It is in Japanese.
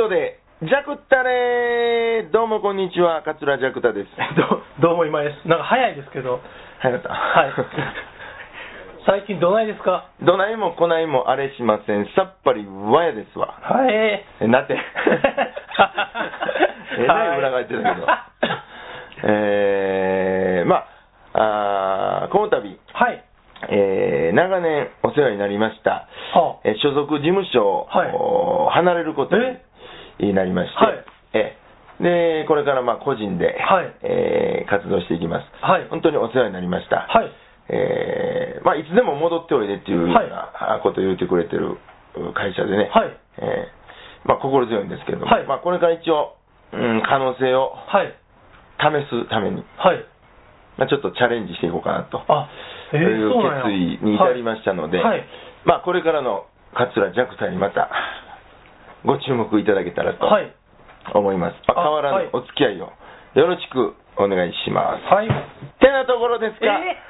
ことで、ジャクタレー、どうもこんにちは、桂ジャクタです。 どうも今です。なんか早いですけど。 早かった。 はい。最近どないですか？ どないもこないもあれしません。さっぱりわやですわ。 はい。 なって。えらい裏返ってたけど。この度、 はい。 長年お世話になりました、 はあ、 所属事務所を、 はい、 離れることになりまして、 はい、 でこれから個人で、 はい、 活動していきます、 はい、 本当にお世話になりました、 はい、 いつでも戻っておいでっていうようなことを言ってくれてる会社でね、 はい、 心強いんですけれども、 はい、 これから一応、可能性を試すために、 はい、 ちょっとチャレンジしていこうかなと。 そういう決意に至りましたので、 はい、 これからの桂ジャクタにまたご注目いただけたらと思います。変わらぬお付き合いをよろしくお願いします。 はい。 てなところですか。